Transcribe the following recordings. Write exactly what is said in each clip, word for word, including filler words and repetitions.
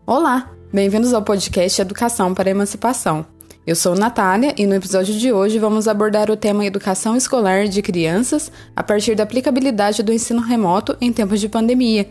Olá, bem-vindos ao podcast Educação para a Emancipação. Eu sou Natália e no episódio de hoje vamos abordar o tema Educação Escolar de Crianças a partir da aplicabilidade do ensino remoto em tempos de pandemia.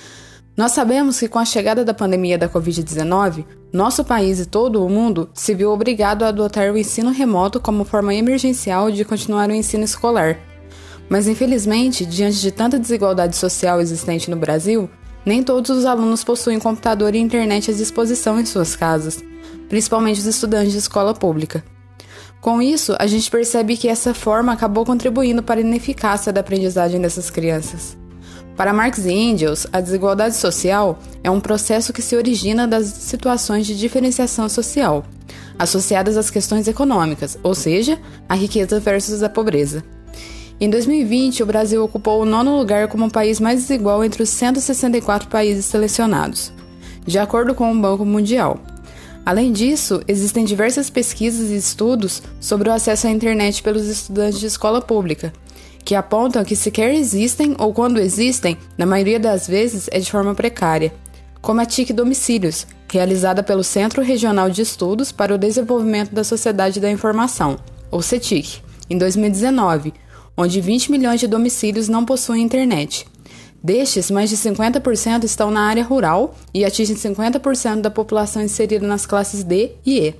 Nós sabemos que com a chegada da pandemia da covid dezenove, nosso país e todo o mundo se viu obrigado a adotar o ensino remoto como forma emergencial de continuar o ensino escolar. Mas infelizmente, diante de tanta desigualdade social existente no Brasil, nem todos os alunos possuem computador e internet à disposição em suas casas, principalmente os estudantes de escola pública. Com isso, a gente percebe que essa forma acabou contribuindo para a ineficácia da aprendizagem dessas crianças. Para Marx e Engels, a desigualdade social é um processo que se origina das situações de diferenciação social, associadas às questões econômicas, ou seja, a riqueza versus a pobreza. Em dois mil e vinte, o Brasil ocupou o nono lugar como o país mais desigual entre os cento e sessenta e quatro países selecionados, de acordo com o Banco Mundial. Além disso, existem diversas pesquisas e estudos sobre o acesso à internet pelos estudantes de escola pública, que apontam que sequer existem ou quando existem, na maioria das vezes é de forma precária, como a T I C Domicílios, realizada pelo Centro Regional de Estudos para o Desenvolvimento da Sociedade da Informação, ou CETIC, em dois mil e dezenove, onde vinte milhões de domicílios não possuem internet. Destes, mais de cinquenta por cento estão na área rural e atingem cinquenta por cento da população inserida nas classes D e E.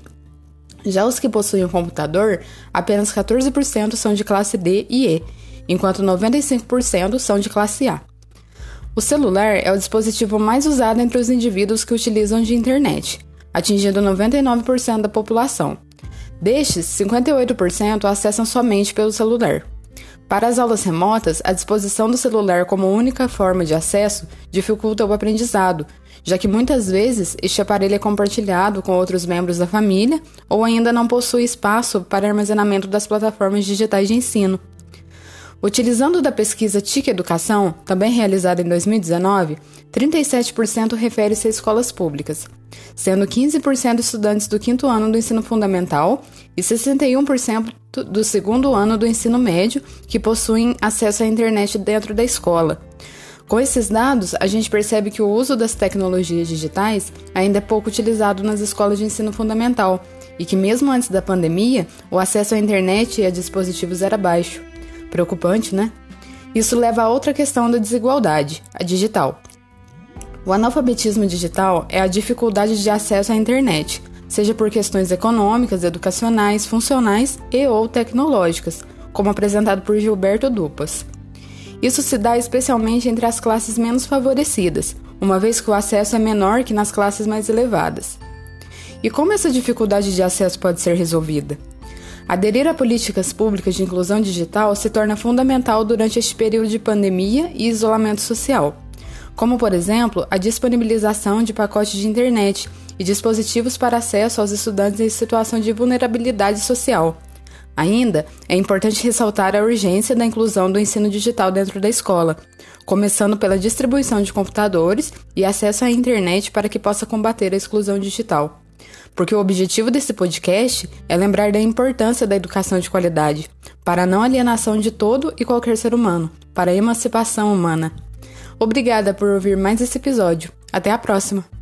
Já os que possuem um computador, apenas quatorze por cento são de classe D e E, enquanto noventa e cinco por cento são de classe A. O celular é o dispositivo mais usado entre os indivíduos que utilizam de internet, atingindo noventa e nove por cento da população. Destes, cinquenta e oito por cento acessam somente pelo celular. Para as aulas remotas, a disposição do celular como única forma de acesso dificulta o aprendizado, já que muitas vezes este aparelho é compartilhado com outros membros da família ou ainda não possui espaço para armazenamento das plataformas digitais de ensino. Utilizando da pesquisa T I C Educação, também realizada em dois mil e dezenove, trinta e sete por cento refere-se a escolas públicas, sendo quinze por cento estudantes do quinto ano do ensino fundamental e sessenta e um por cento do segundo ano do ensino médio que possuem acesso à internet dentro da escola. Com esses dados, a gente percebe que o uso das tecnologias digitais ainda é pouco utilizado nas escolas de ensino fundamental e que mesmo antes da pandemia, o acesso à internet e a dispositivos era baixo. Preocupante, né? Isso leva a outra questão da desigualdade, a digital. O analfabetismo digital é a dificuldade de acesso à internet, seja por questões econômicas, educacionais, funcionais e ou tecnológicas, como apresentado por Gilberto Dupas. Isso se dá especialmente entre as classes menos favorecidas, uma vez que o acesso é menor que nas classes mais elevadas. E como essa dificuldade de acesso pode ser resolvida? Aderir a políticas públicas de inclusão digital se torna fundamental durante este período de pandemia e isolamento social, como, por exemplo, a disponibilização de pacotes de internet e dispositivos para acesso aos estudantes em situação de vulnerabilidade social. Ainda, é importante ressaltar a urgência da inclusão do ensino digital dentro da escola, começando pela distribuição de computadores e acesso à internet para que possa combater a exclusão digital. Porque o objetivo desse podcast é lembrar da importância da educação de qualidade, para a não alienação de todo e qualquer ser humano, para a emancipação humana. Obrigada por ouvir mais esse episódio. Até a próxima!